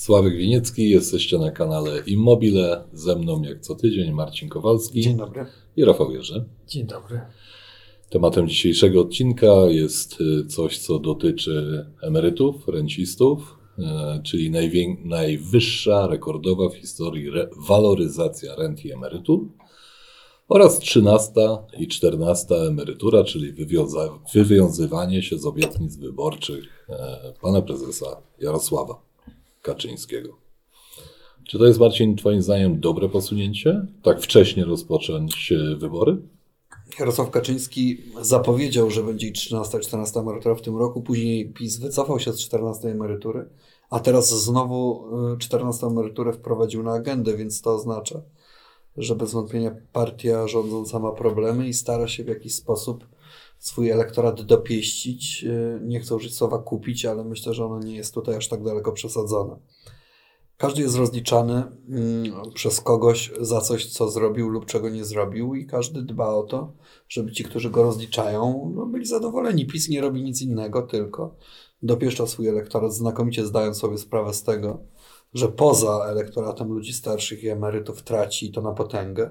Sławek Winiecki, jesteście na kanale Immobile. Ze mną jak co tydzień Marcin Kowalski. Dzień dobry. I Rafał Jerzy. Dzień dobry. Tematem dzisiejszego odcinka jest coś, co dotyczy emerytów, rencistów, czyli najwyższa, rekordowa w historii waloryzacja rent i emerytur oraz 13. i 14. emerytura, czyli wywiązywanie się z obietnic wyborczych pana prezesa Jarosława Kaczyńskiego. Czy to jest, Marcin, twoim zdaniem dobre posunięcie? Tak wcześnie rozpocząć wybory? Jarosław Kaczyński zapowiedział, że będzie i 13. i 14. emerytura w tym roku. Później PiS wycofał się z 14. emerytury, a teraz znowu 14. emeryturę wprowadził na agendę, więc to oznacza, że bez wątpienia partia rządząca ma problemy i stara się w jakiś sposób swój elektorat dopieścić. Nie chcę użyć słowa kupić, ale myślę, że ono nie jest tutaj aż tak daleko przesadzone. Każdy jest rozliczany przez kogoś za coś, co zrobił lub czego nie zrobił i każdy dba o to, żeby ci, którzy go rozliczają, byli zadowoleni. PiS nie robi nic innego, tylko dopieszcza swój elektorat, znakomicie zdając sobie sprawę z tego, że poza elektoratem ludzi starszych i emerytów traci i to na potęgę.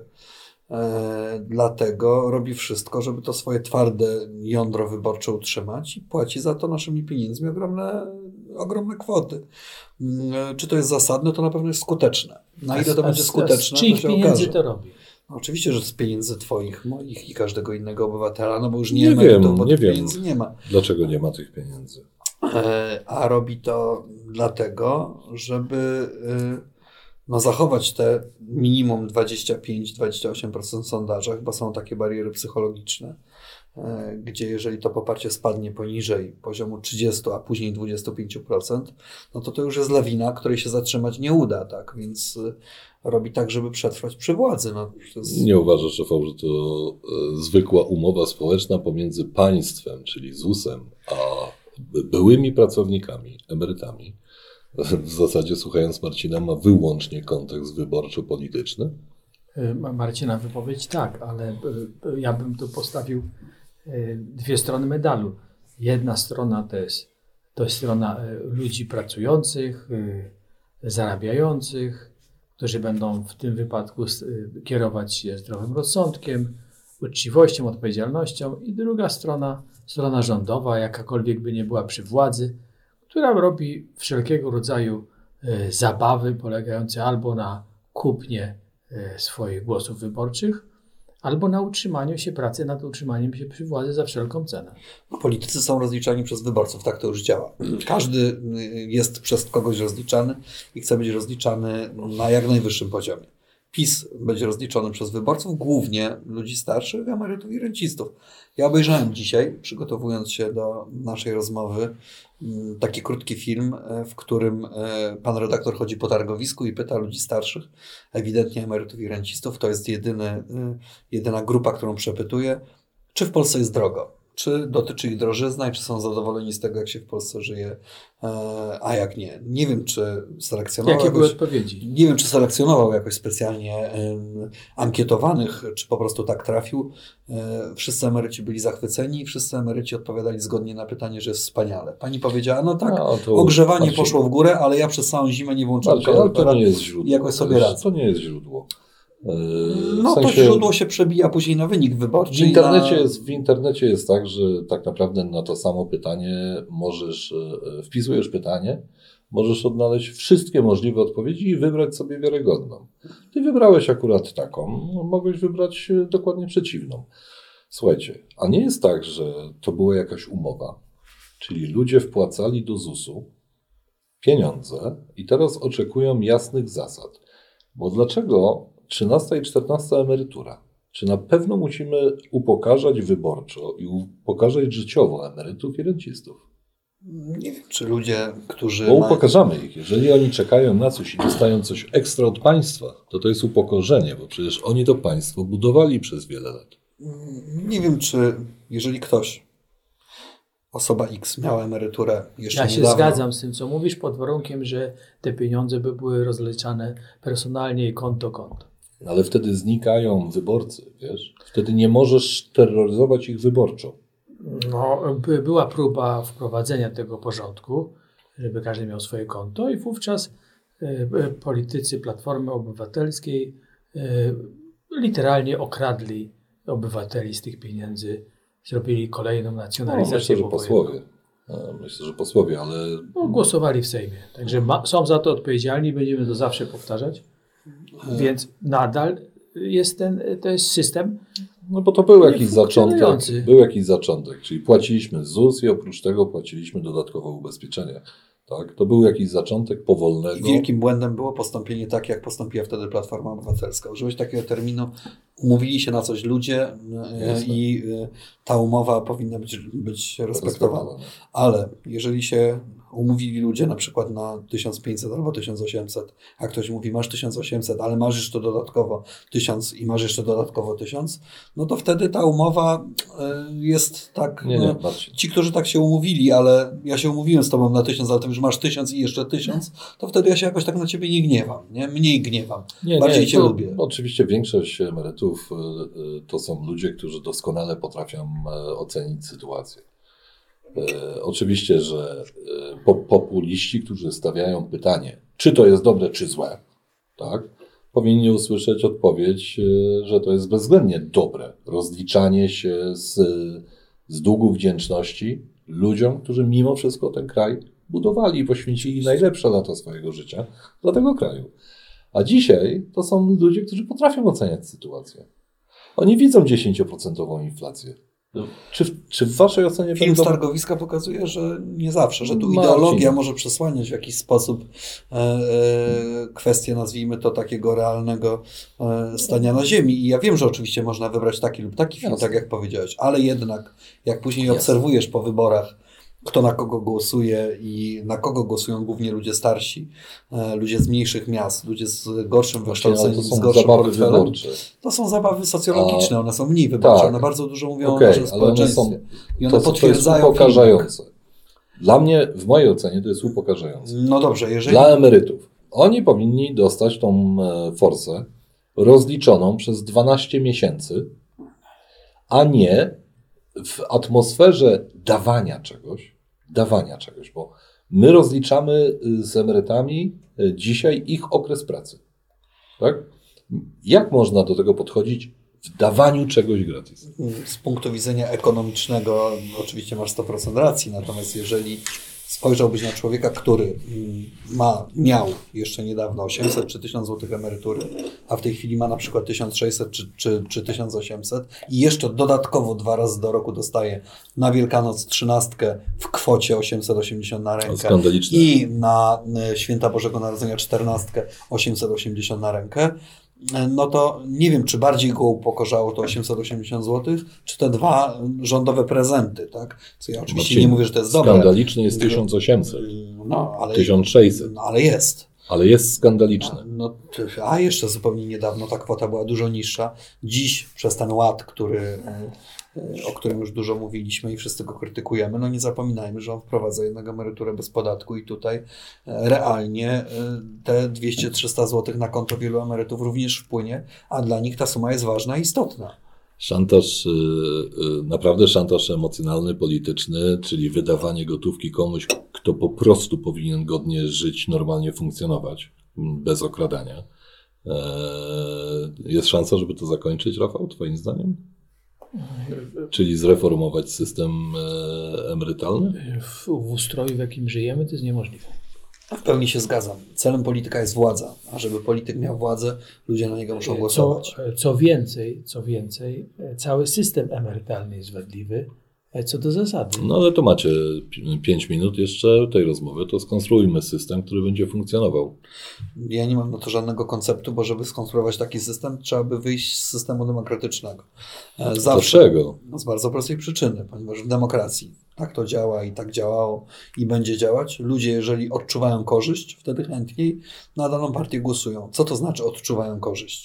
Dlatego robi wszystko, żeby to swoje twarde jądro wyborcze utrzymać i płaci za to naszymi pieniędzmi ogromne kwoty. Czy to jest zasadne? To na pewno jest skuteczne. Na ile to będzie skuteczne? Z czyich pieniędzy to robi? No, oczywiście, że z pieniędzy twoich, moich i każdego innego obywatela, no bo już nie emerytów, bo tych pieniędzy nie ma. Dlaczego nie ma tych pieniędzy? A robi to dlatego, żeby zachować te minimum 25-28% w sondażach, bo są takie bariery psychologiczne, gdzie jeżeli to poparcie spadnie poniżej poziomu 30, a później 25%, no to już jest lawina, której się zatrzymać nie uda, tak? Więc robi tak, żeby przetrwać przy władzy. No, Nie uważasz, Rafał, że to zwykła umowa społeczna pomiędzy państwem, czyli ZUS-em, a byłymi pracownikami, emerytami? W zasadzie, słuchając Marcina, ma wyłącznie kontekst wyborczo-polityczny? Marcina wypowiedź tak, ale ja bym tu postawił dwie strony medalu. Jedna strona to jest strona ludzi pracujących, zarabiających, którzy będą w tym wypadku kierować się zdrowym rozsądkiem, uczciwością, odpowiedzialnością, i druga strona rządowa, jakakolwiek by nie była przy władzy, która robi wszelkiego rodzaju zabawy polegające albo na kupnie swoich głosów wyborczych, albo na utrzymaniu się, pracy nad utrzymaniem się przy władzy za wszelką cenę. Politycy są rozliczani przez wyborców, tak to już działa. Każdy jest przez kogoś rozliczany i chce być rozliczany na jak najwyższym poziomie. PiS będzie rozliczony przez wyborców, głównie ludzi starszych, emerytów i rencistów. Ja obejrzałem dzisiaj, przygotowując się do naszej rozmowy, taki krótki film, w którym pan redaktor chodzi po targowisku i pyta ludzi starszych, ewidentnie emerytów i rencistów, to jest jedyna grupa, którą przepytuje, czy w Polsce jest drogo. Czy dotyczy ich drożyzna i czy są zadowoleni z tego, jak się w Polsce żyje, a jak nie. Nie wiem, czy selekcjonował. Jakie były odpowiedzi? Nie wiem, czy selekcjonował jakoś specjalnie ankietowanych, czy po prostu tak trafił. Wszyscy emeryci byli zachwyceni i wszyscy emeryci odpowiadali zgodnie na pytanie, że jest wspaniale. Pani powiedziała, no tak, ogrzewanie poszło w górę, ale ja przez całą zimę nie włączyłem kalkulatora. To nie jest źródło. I jakoś sobie radzę. To nie jest źródło. No w sensie, to źródło się przebija później na wynik wyborczy. W internecie jest tak, że tak naprawdę na to samo pytanie wpisujesz pytanie, możesz odnaleźć wszystkie możliwe odpowiedzi i wybrać sobie wiarygodną. Ty wybrałeś akurat taką, mogłeś wybrać dokładnie przeciwną. Słuchajcie, a nie jest tak, że to była jakaś umowa, czyli ludzie wpłacali do ZUS-u pieniądze i teraz oczekują jasnych zasad. Bo dlaczego 13. i 14. emerytura? Czy na pewno musimy upokarzać wyborczo i upokarzać życiowo emerytów i rencistów? Nie wiem, czy ludzie, którzy... Bo upokarzamy ich. Jeżeli oni czekają na coś i dostają coś ekstra od państwa, to jest upokorzenie, bo przecież oni to państwo budowali przez wiele lat. Nie wiem, czy jeżeli osoba X miała emeryturę jeszcze niedawno. Ja się zgadzam z tym, co mówisz, pod warunkiem, że te pieniądze by były rozliczane personalnie i konto. Ale wtedy znikają wyborcy, wiesz? Wtedy nie możesz terroryzować ich wyborczo. No, była próba wprowadzenia tego porządku, żeby każdy miał swoje konto i wówczas politycy Platformy Obywatelskiej literalnie okradli obywateli z tych pieniędzy, zrobili kolejną nacjonalizację. Myślę, że posłowie, ale... Głosowali w Sejmie. Także są za to odpowiedzialni, będziemy to zawsze powtarzać. Więc nadal to jest system. No bo to był jakiś zaczątek, czyli płaciliśmy ZUS i oprócz tego płaciliśmy dodatkowe ubezpieczenia. Tak? To był jakiś zaczątek powolnego. Wielkim błędem było postąpienie tak, jak postąpiła wtedy Platforma Obywatelska. Użyłeś takiego terminu, umówili się na coś ludzie i ta umowa powinna być respektowana. Ale jeżeli się umówili ludzie na przykład na 1500 albo 1800, a ktoś mówi masz 1800, ale masz jeszcze dodatkowo 1000 i masz jeszcze dodatkowo 1000, no to wtedy ta umowa jest tak... ci, którzy tak się umówili, ale ja się umówiłem z tobą na 1000, ale ty już masz 1000 i jeszcze 1000, to wtedy ja się jakoś tak na ciebie nie gniewam. Nie? Mniej gniewam. Bardziej cię lubię. Oczywiście większość emerytów to są ludzie, którzy doskonale potrafią ocenić sytuację. Oczywiście, że populiści, którzy stawiają pytanie, czy to jest dobre, czy złe, tak, powinni usłyszeć odpowiedź, że to jest bezwzględnie dobre. Rozliczanie się z długu wdzięczności ludziom, którzy mimo wszystko ten kraj budowali i poświęcili najlepsze lata swojego życia dla tego kraju. A dzisiaj to są ludzie, którzy potrafią oceniać sytuację. Oni widzą 10% inflację. Czy w waszej ocenie... Film z targowiska pokazuje, że nie zawsze, że tu ideologia może przesłaniać w jakiś sposób kwestię, nazwijmy to, takiego realnego stania na ziemi. I ja wiem, że oczywiście można wybrać taki lub taki film, tak jak powiedziałeś, ale jednak jak później obserwujesz po wyborach, kto na kogo głosuje i na kogo głosują głównie ludzie starsi, ludzie z mniejszych miast, ludzie z gorszym wykształceniem, z gorszym portfelem. To są zabawy socjologiczne, one są mniej wyborcze, one bardzo dużo mówią o naszym społeczeństwie. I one potwierdzają... To jest upokarzające. Dla mnie, w mojej ocenie, to jest upokarzające. No dobrze, jeżeli... Dla emerytów. Oni powinni dostać tą forsę rozliczoną przez 12 miesięcy, a nie w atmosferze dawania czegoś, bo my rozliczamy z emerytami dzisiaj ich okres pracy. Tak? Jak można do tego podchodzić w dawaniu czegoś gratis? Z punktu widzenia ekonomicznego oczywiście masz 100% racji, natomiast jeżeli spojrzałbyś na człowieka, który miał jeszcze niedawno 800 czy 1000 zł emerytury, a w tej chwili ma na przykład 1600 czy 1800 i jeszcze dodatkowo 2 razy do roku dostaje na Wielkanoc 13 w kwocie 880 na rękę i na Święta Bożego Narodzenia 14 880 na rękę, no to nie wiem, czy bardziej go upokorzało to 880 zł, czy te 2 rządowe prezenty, tak? Co ja oczywiście nie mówię, że to jest dobre. Skandaliczny jest 1800, ale 1600. Ale jest. Ale jest skandaliczne. A jeszcze zupełnie niedawno ta kwota była dużo niższa. Dziś przez ten ład, o którym już dużo mówiliśmy i wszyscy go krytykujemy, no nie zapominajmy, że on wprowadza jednak emeryturę bez podatku i tutaj realnie te 200-300 zł na konto wielu emerytów również wpłynie, a dla nich ta suma jest ważna i istotna. Szantaż, naprawdę szantaż emocjonalny, polityczny, czyli wydawanie gotówki komuś, kto po prostu powinien godnie żyć, normalnie funkcjonować, bez okradania. Jest szansa, żeby to zakończyć, Rafał, twoim zdaniem? Czyli zreformować system emerytalny? W ustroju, w jakim żyjemy, to jest niemożliwe. W pełni się zgadzam. Celem polityka jest władza, a żeby polityk miał władzę, ludzie na niego muszą głosować. Co więcej, cały system emerytalny jest wadliwy co do zasady. No ale to macie 5 minut jeszcze tej rozmowy, to skonstruujmy system, który będzie funkcjonował. Ja nie mam na to żadnego konceptu, bo żeby skonstruować taki system, trzeba by wyjść z systemu demokratycznego. Dlaczego? Z bardzo prostej przyczyny, ponieważ w demokracji tak to działa i tak działało i będzie działać. Ludzie, jeżeli odczuwają korzyść, wtedy chętniej na daną partię głosują. Co to znaczy odczuwają korzyść?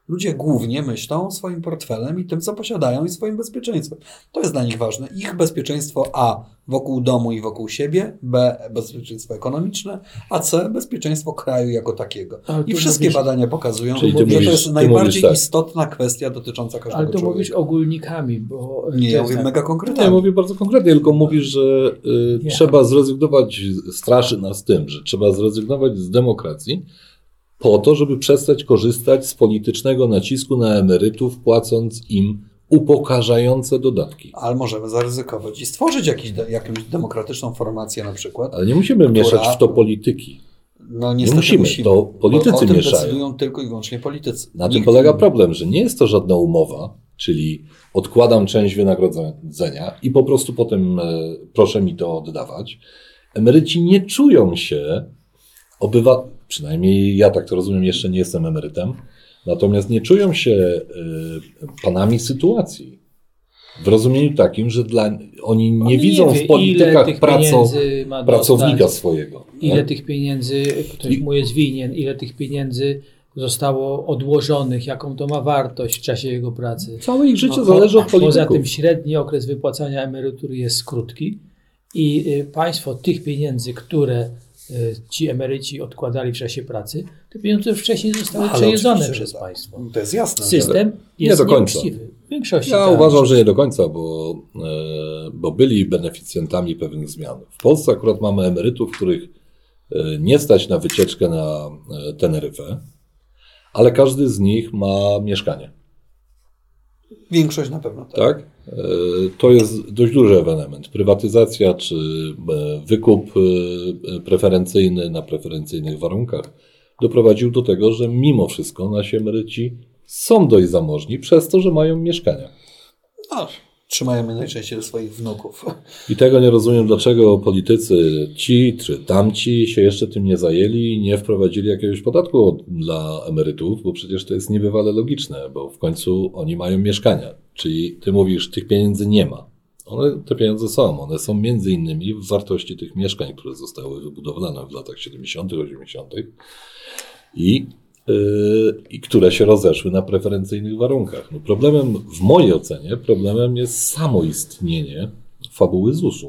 Ludzie głównie myślą swoim portfelem i tym, co posiadają i swoim bezpieczeństwem. To jest dla nich ważne. Ich bezpieczeństwo A wokół domu i wokół siebie, B bezpieczeństwo ekonomiczne, a C bezpieczeństwo kraju jako takiego. I wszystkie badania pokazują, że to jest najbardziej istotna kwestia dotycząca każdego człowieka. Ale to mówisz ogólnikami, bo... Nie, ja mówię mega konkretnie. Ja mówię bardzo konkretnie, tylko mówisz, że trzeba zrezygnować, straszy nas tym, że trzeba zrezygnować z demokracji po to, żeby przestać korzystać z politycznego nacisku na emerytów, płacąc im upokarzające dodatki. Ale możemy zaryzykować i stworzyć jakąś demokratyczną formację na przykład. Ale nie musimy mieszać w to polityki. No niestety nie musimy. To politycy mieszają. Decydują tylko i wyłącznie politycy. Na tym polega problem, że nie jest to żadna umowa, czyli odkładam część wynagrodzenia i po prostu potem proszę mi to oddawać. Emeryci nie czują się przynajmniej ja tak to rozumiem, jeszcze nie jestem emerytem, natomiast nie czują się panami sytuacji. W rozumiemu takim, że oni nie widzą w politykach pracownika swojego. Ile tych pieniędzy ktoś mu jest winien, ile tych pieniędzy zostało odłożonych, jaką to ma wartość w czasie jego pracy. Całe ich życie zależy od polityków. Poza tym średni okres wypłacania emerytury jest krótki i państwo tych pieniędzy, które ci emeryci odkładali w czasie pracy, te pieniądze już wcześniej zostały przejedzone przez państwo. To jest jasne. System jest nie do końca. nieuczciwy. W większości ja uważam, że nie do końca, bo byli beneficjentami pewnych zmian. W Polsce akurat mamy emerytów, których nie stać na wycieczkę na Teneryfę, ale każdy z nich ma mieszkanie. Większość na pewno tak. To jest dość duży ewenement. Prywatyzacja czy wykup preferencyjny na preferencyjnych warunkach doprowadził do tego, że mimo wszystko nasi emeryci są dość zamożni przez to, że mają mieszkania. Trzymają je najczęściej do swoich wnuków. I tego nie rozumiem, dlaczego politycy ci czy tamci się jeszcze tym nie zajęli i nie wprowadzili jakiegoś podatku dla emerytów, bo przecież to jest niebywale logiczne, bo w końcu oni mają mieszkania. Czyli ty mówisz, tych pieniędzy nie ma. Te pieniądze są. One są między innymi w wartości tych mieszkań, które zostały wybudowane w latach 70., 80. i które się rozeszły na preferencyjnych warunkach. Problemem, w mojej ocenie, problemem jest samo istnienie fabuły ZUS-u.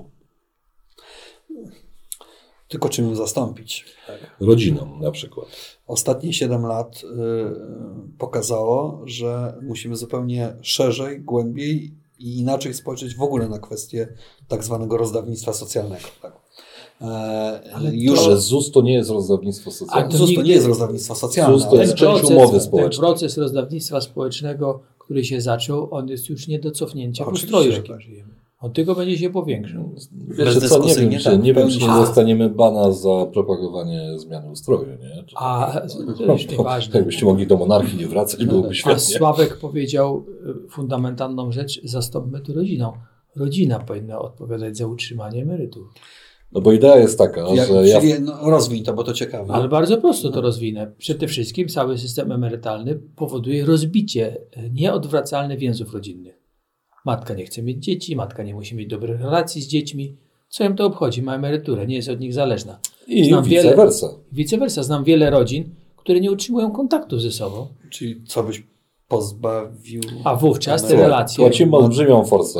Tylko czym ją zastąpić? Tak. Rodziną na przykład. Ostatnie 7 lat pokazało, że musimy zupełnie szerzej, głębiej i inaczej spojrzeć w ogóle na kwestię tak zwanego rozdawnictwa socjalnego. Tak. Ale ZUS to nie jest rozdawnictwo socjalne. ZUS to nie jest rozdawnictwo socjalne. ZUS to jest część umowy społecznej. Ten proces rozdawnictwa społecznego, który się zaczął, on jest już nie do cofnięcia w ustroju, w jakim żyjemy. On tylko będzie się powiększał. Wiecie co, nie wiem, czy nie dostaniemy bana za propagowanie zmiany ustroju. Nie? To już nieważne. Jakbyście mogli do monarchii nie wracać, byłoby świetnie. A Sławek powiedział fundamentalną rzecz, zastąpmy to rodziną. Rodzina powinna odpowiadać za utrzymanie emerytów. No bo idea jest taka, że rozwiń to, bo to ciekawe. Ale bardzo prosto to rozwinę. Przede wszystkim cały system emerytalny powoduje rozbicie nieodwracalne więzów rodzinnych. Matka nie chce mieć dzieci, matka nie musi mieć dobrych relacji z dziećmi. Co ją to obchodzi? Ma emeryturę, nie jest od nich zależna. I vice versa. Vice versa. Znam wiele rodzin, które nie utrzymują kontaktu ze sobą. Czyli co byś pozbawił? A wówczas te relacje... Płacimy olbrzymią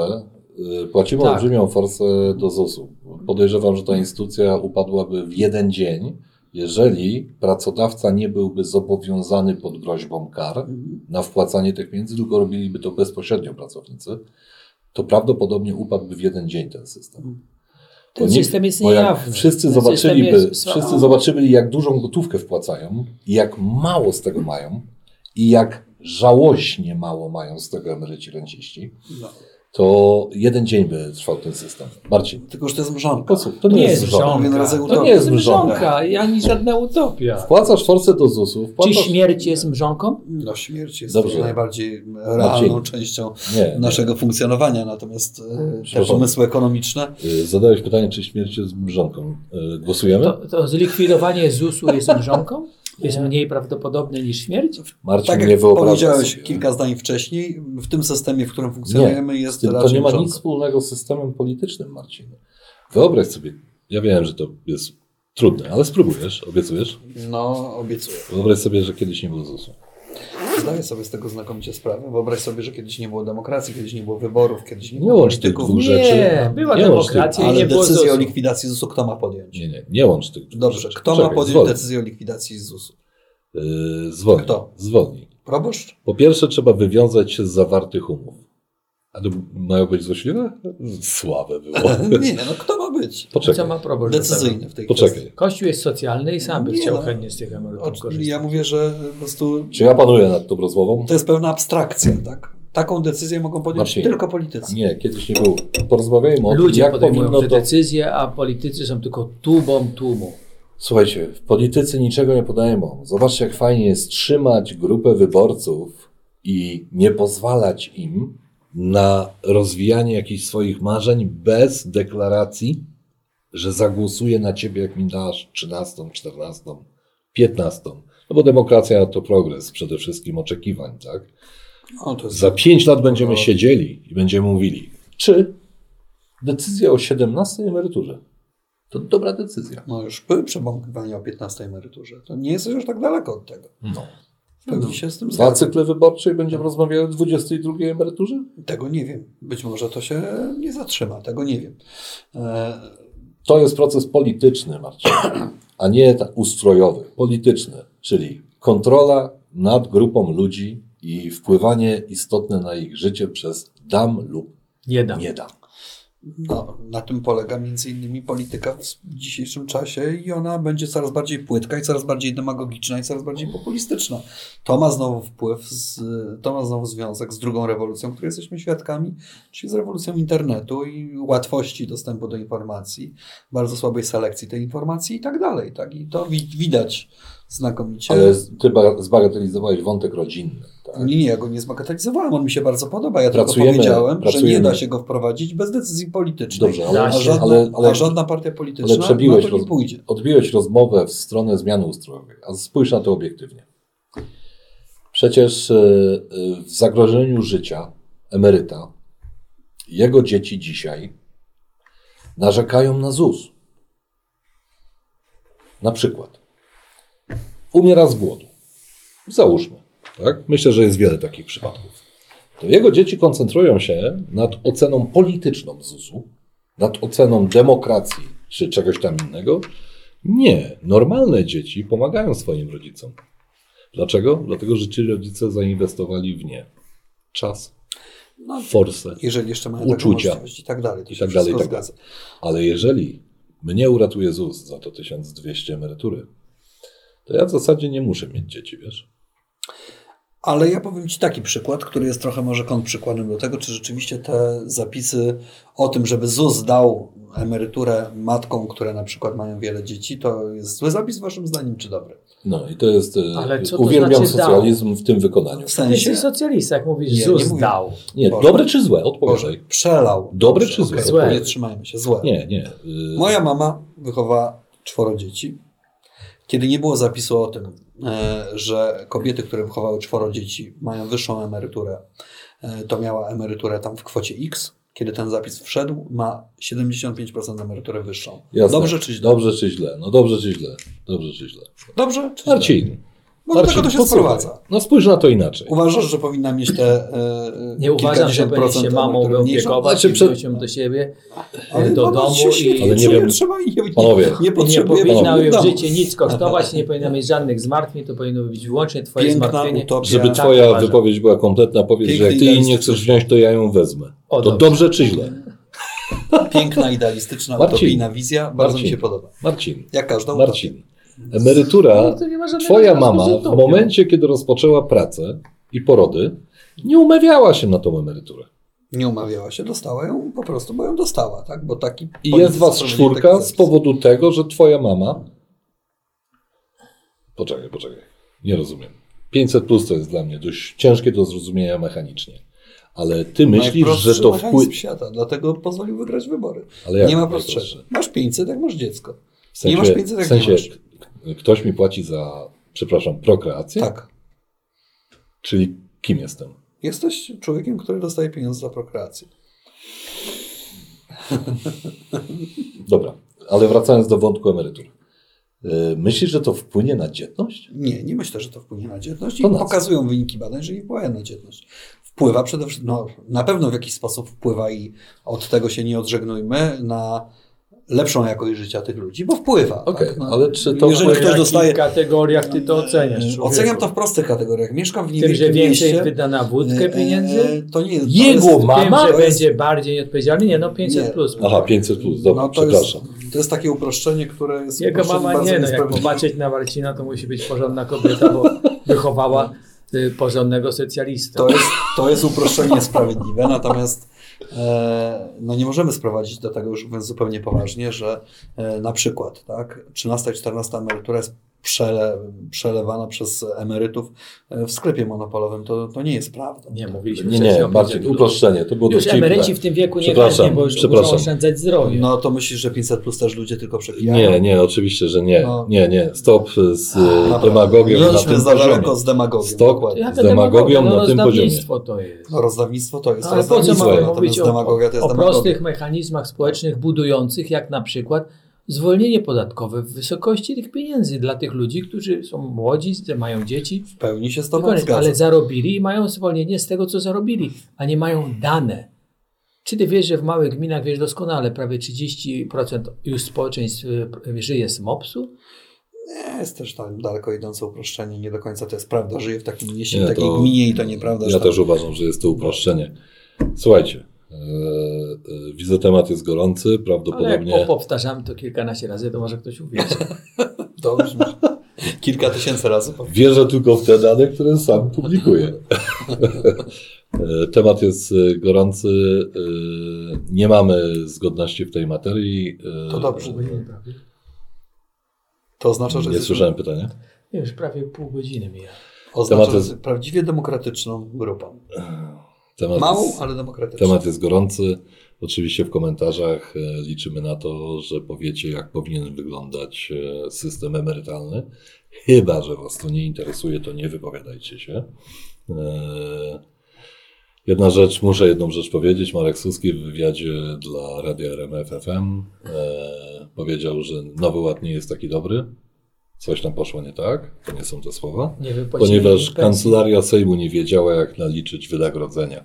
forsę do ZUS-u. Podejrzewam, że ta instytucja upadłaby w jeden dzień, jeżeli pracodawca nie byłby zobowiązany pod groźbą kar na wpłacanie tych pieniędzy, tylko robiliby to bezpośrednio pracownicy, to prawdopodobnie upadłby w jeden dzień ten system. Ten system jest niejawny. Wszyscy zobaczyli, jak dużą gotówkę wpłacają i jak mało z tego mają i jak żałośnie mało mają z tego emeryci, renciści, to jeden dzień by trwał ten system. Marcin. Tylko, że to jest mrzonka. To nie jest mrzonka. To nie jest mrzonka, ani żadna utopia. Wpłacasz forsę do ZUS-u. Czy śmierć jest mrzonką? No śmierć jest najbardziej realną częścią naszego funkcjonowania, natomiast te pomysły ekonomiczne... Zadałeś pytanie, czy śmierć jest mrzonką. Głosujemy? To zlikwidowanie ZUS-u jest mrzonką? Jest mniej prawdopodobne niż śmierć? Marcin, tak jak powiedziałeś kilka zdań wcześniej, w tym systemie, w którym funkcjonujemy jest raczej to nie ma nic wspólnego z systemem politycznym, Marcin. Wyobraź sobie, ja wiem, że to jest trudne, ale spróbujesz, obiecujesz? No, obiecuję. Wyobraź sobie, że kiedyś nie było ZUS-u. Zdaję sobie z tego znakomicie sprawę. Wyobraź sobie, że kiedyś nie było demokracji, kiedyś nie było wyborów, kiedyś nie Nie było łącz tych polityków. dwóch rzeczy. Nie, była Nie łącz demokracja tych- i nie Ale było decyzję o ZUS-u. likwidacji ZUS-u kto ma podjąć? Nie łącz tych dwóch Dobrze, rzeczy. kto ma Poczekaj, podjąć zwolnij. decyzję o likwidacji ZUS-u? Zwolnij. Kto? Zwolnij. Proboszcz? Po pierwsze trzeba wywiązać się z zawartych umów. A to mają być złośliwe? Słabe było. Nie, no kto ma być? Co Poczekaj. ma problem? do tego? Decyzyjny w tej kwestii. Poczekaj. Kościół jest socjalny i sam by Nie, chciał no. chętnie z tych emerytur korzystać. Ja mówię, że po prostu Czy ja panuję nad tą rozmową? to jest pewna abstrakcja, tak? Taką decyzję mogą podjąć Marcin. tylko politycy. Nie, kiedyś nie było. Porozmawiajmy o tym, Ludzie jak podejmują powinno te to... decyzje, a politycy są tylko tubą tłumu. Słuchajcie, politycy niczego nie podają. Zobaczcie, jak fajnie jest trzymać grupę wyborców i nie pozwalać im na rozwijanie jakichś swoich marzeń bez deklaracji, że zagłosuje na ciebie, jak mi dasz 13, 14, 15. No bo demokracja to progres przede wszystkim oczekiwań, tak? O, to jest Za 5 lat będziemy siedzieli i będziemy mówili, czy decyzja o 17 emeryturze to dobra decyzja. No już były przebąkiwania o 15 emeryturze. To nie jest już tak daleko od tego. No. W pełni się z tym 2 zgadzam. cykle wyborcze i będziemy rozmawiali o 22 emeryturze? Tego nie wiem. Być może to się nie zatrzyma. Tego nie wiem. To jest proces polityczny, Marcin, a nie ustrojowy. Polityczny, czyli kontrola nad grupą ludzi i wpływanie istotne na ich życie przez dam lub Nie dam. nie dam. No, na tym polega między innymi polityka w dzisiejszym czasie i ona będzie coraz bardziej płytka i coraz bardziej demagogiczna i coraz bardziej populistyczna. To ma znowu to ma znowu związek z drugą rewolucją, której jesteśmy świadkami, czyli z rewolucją internetu i łatwości dostępu do informacji, bardzo słabej selekcji tej informacji i tak dalej. Tak? I to widać znakomicie. Ale ty zbagatelizowałeś wątek rodzinny. Tak? Nie, ja go nie zbagatelizowałem, on mi się bardzo podoba. Ja tylko Pracujemy- powiedziałem, że nie pracujemy- da się go wprowadzić bez decyzji politycznej. Dobrze, Da ale, się. A żadna partia polityczna ale przebiłeś, na to nie pójdzie. odbiłeś rozmowę w stronę zmiany ustrojowej, a spójrz na to obiektywnie. Przecież w zagrożeniu życia emeryta, jego dzieci dzisiaj narzekają na ZUS. Na przykład umiera z głodu. Załóżmy. Tak? Myślę, że jest wiele takich przypadków. To jego dzieci koncentrują się nad oceną polityczną ZUS-u, nad oceną demokracji czy czegoś tam innego. Nie. Normalne dzieci pomagają swoim rodzicom. Dlaczego? Dlatego, że ci rodzice zainwestowali w nie czas, No, forsę jeżeli jeszcze mają uczucia. taką możliwość i tak dalej. To i się tak dalej, i wszystko tak dalej. zgadza. Ale jeżeli mnie uratuje ZUS za to 1200 emerytury, to ja w zasadzie nie muszę mieć dzieci, wiesz? Ale ja powiem Ci taki przykład, który jest trochę może kontrprzykładem do tego, czy rzeczywiście te zapisy o tym, żeby ZUS dał emeryturę matkom, które na przykład mają wiele dzieci, to jest zły zapis Waszym zdaniem, czy dobry? No i to jest, Ale co to uwielbiam znaczy socjalizm w tym wykonaniu. W Ty sensie, jesteś socjalista, jak mówisz, Nie, ZUS nie mówię. dał. Nie, Boże. dobre czy złe? Boże, Odpowiadaj. przelał. Dobre Dobrze, czy złe? okej, Złe. Nie trzymajmy się, złe. Nie. Moja mama wychowała 4 dzieci. Kiedy nie było zapisu o tym, że kobiety, które wychowały 4 dzieci, mają wyższą emeryturę, to miała emeryturę tam w kwocie X. Kiedy ten zapis wszedł, ma 75% emeryturę wyższą. Jasne. Dobrze czy źle? Dobrze czy źle? No dobrze czy źle? Dobrze czy źle? Dobrze czy źle? Marcin. Bo do tego to się posłuchaj. sprowadza. No spójrz na to inaczej. Uważasz, że powinna mieć te Nie uważam, że powinien się mamą emerytury mniejszą? wyopiekować Znaczy, i wziąć ją do siebie, Ale do mama domu się świetnie Ale nie czuje, wiem, trzeba i panowie, nie nie potrzebuje powinna jej w domu. życie nic kosztować, nie powinna mieć żadnych zmartwień, to powinno być wyłącznie twoje Piękna zmartwienie. utopia. Żeby Tak, twoja uważam. wypowiedź była kompletna, powiedz, że jak Piękny ty jej nie idealistyczny. chcesz wziąć, to ja ją wezmę. O, To dobrze. dobrze czy źle? Piękna, idealistyczna, Marcin. utopijna wizja. Bardzo mi Marcin. się podoba. Marcin. Jak każda utopia. Marcin. Emerytura, No, to nie ma żadnego twoja związku z mama w utopią. momencie, kiedy rozpoczęła pracę i porody, nie umawiała się na tą emeryturę. Nie umawiała się, dostała ją po prostu, bo ją dostała, tak? Bo taki I politycy jest was wprowadzili 4 taki z zapis. powodu tego, że twoja mama... Poczekaj. Nie rozumiem. 500 plus to jest dla mnie dość ciężkie do zrozumienia mechanicznie. Ale ty myślisz, Najprostszy że to mechanizm wpływ... świata, dlatego pozwolił wygrać wybory. Ale jak Nie ma najprostsze? prostszego. Masz 500, jak masz dziecko. W sensie, Nie masz 500, jak w sensie nie masz. ktoś mi płaci za, przepraszam, prokreację? Tak. Czyli kim jestem? Jesteś człowiekiem, który dostaje pieniądze za prokreację. Dobra, ale wracając do wątku emerytur. Myślisz, że to wpłynie na dzietność? Nie myślę, że to wpłynie na dzietność. To I na co? pokazują wyniki badań, że nie wpływa na dzietność. Wpływa przede wszystkim, na pewno w jakiś sposób wpływa i od tego się nie odżegnujmy, na lepszą jakość życia tych ludzi, bo wpływa. Okej, tak? ale czy to jeżeli wpływa- ktoś dostaje... W kategoriach ty to oceniasz? człowieku? Oceniam to w prostych kategoriach. Mieszkam w Tym, niewielkim że więcej mieście. wyda na wódkę pieniędzy? To nie jest... Jego to jest, mama? Tym, że to jest- będzie bardziej nieodpowiedzialny? Nie, no 500 Nie. plus. Aha, 500 plus, dobra, No, przepraszam. to jest takie uproszczenie, które jest Jego uproszczeniem mama bardzo nie, no jak niesprawiedliwe. popatrzeć na Marcina, to musi być porządna kobieta, bo wychowała porządnego socjalistę. To jest uproszczenie sprawiedliwe, natomiast nie możemy sprowadzić do tego, już mówiąc zupełnie poważnie, że na przykład 13 i 14 emerytura jest przelewana przez emerytów w sklepie monopolowym. To nie jest prawda. Nie, mówiliśmy Nie, wcześniej o Marcin, 500 plus. uproszczenie, to było Już dowcipne. emeryci w tym wieku nie Przepraszam, chętnie, bo już muszą przepraszam. oszczędzać zdrowie. No to myślisz, że 500 plus też ludzie tylko przepijają? Nie, oczywiście, że nie. No. Nie. Stop z Naprawdę. demagogią na Idźmy tym za poziomie. daleko z demagogią. Stop Dokładnie. Jaka z demagogią demagogia? na tym poziomie. rozdawnictwo to jest. No rozdawnictwo to jest Ale po co rozdawnictwo, mamy natomiast mówić demagogia to jest o demagogia. prostych mechanizmach społecznych budujących, jak na przykład zwolnienie podatkowe w wysokości tych pieniędzy dla tych ludzi, którzy są młodzi, mają dzieci, W pełni się z tobą koniec, zgadzam. ale zarobili i mają zwolnienie z tego, co zarobili, a nie mają dane. Czy ty wiesz, że w małych gminach, wiesz doskonale, prawie 30% już społeczeństw żyje z MOPS-u? Nie, jest też tam daleko idące uproszczenie. Nie do końca to jest prawda. Żyję w takim mieście, Nie, w takiej to- gminie i to nieprawda. Ja że tam- też uważam, że jest to uproszczenie. Słuchajcie, widzę, temat jest gorący, Ale jak prawdopodobnie... powtarzam to kilkanaście razy, to może ktoś uwierzy. To brzmi kilka tysięcy razy. Wierzę tylko w te dane, które sam publikuję. Temat jest gorący, nie mamy zgodności w tej materii. To dobrze. To oznacza, że Nie słyszałem pytania. Nie, już prawie pół godziny mija. Oznacza, Temat że jest- jest prawdziwie demokratyczną grupą. Temat Małą, jest, ale demokratyczną. temat jest gorący. Oczywiście w komentarzach liczymy na to, że powiecie, jak powinien wyglądać system emerytalny. Chyba że was to nie interesuje, to nie wypowiadajcie się. Muszę jedną rzecz powiedzieć. Marek Suski w wywiadzie dla Radia RMF FM powiedział, że Nowy Ład nie jest taki dobry. Coś tam poszło nie tak. To nie są te słowa. Nie wypłacili Ponieważ pensji. kancelaria Sejmu nie wiedziała, jak naliczyć wynagrodzenia.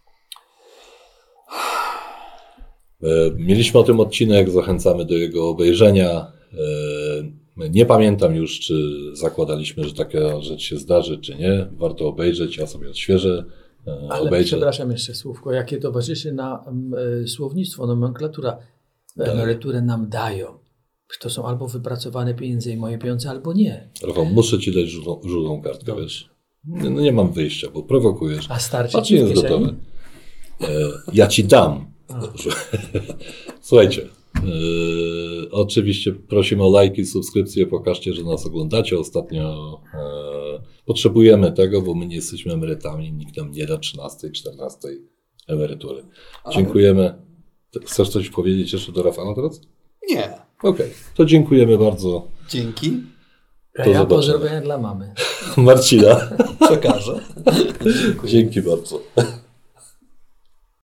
Mieliśmy o tym odcinek, zachęcamy do jego obejrzenia. Nie pamiętam już, czy zakładaliśmy, że taka rzecz się zdarzy, czy nie. Warto obejrzeć, ja sobie odświeżę. Ale Obejrzę. przepraszam jeszcze słówko, jakie towarzyszy na słownictwo, nomenklatura. Emeryturę nam dają. To są albo wypracowane pieniądze i moje pieniądze, albo nie. Rafał, muszę ci dać żółtą kartkę, Dobrze. wiesz. No nie mam wyjścia, bo prowokujesz. A starczy Patrz, ci nie w jest kieszeni? gotowe. Ja ci dam. Słuchajcie, oczywiście prosimy o lajki, subskrypcje, pokażcie, że nas oglądacie. Ostatnio potrzebujemy tego, bo my nie jesteśmy emerytami, nikt nam nie da 13, 14 emerytury. Dziękujemy. Chcesz coś powiedzieć jeszcze do Rafała teraz? Nie. Okej, to dziękujemy bardzo. Dzięki. A Do ja zobaczenia. pozdrowienia dla mamy. Marcina, Przekażę. dzięki bardzo.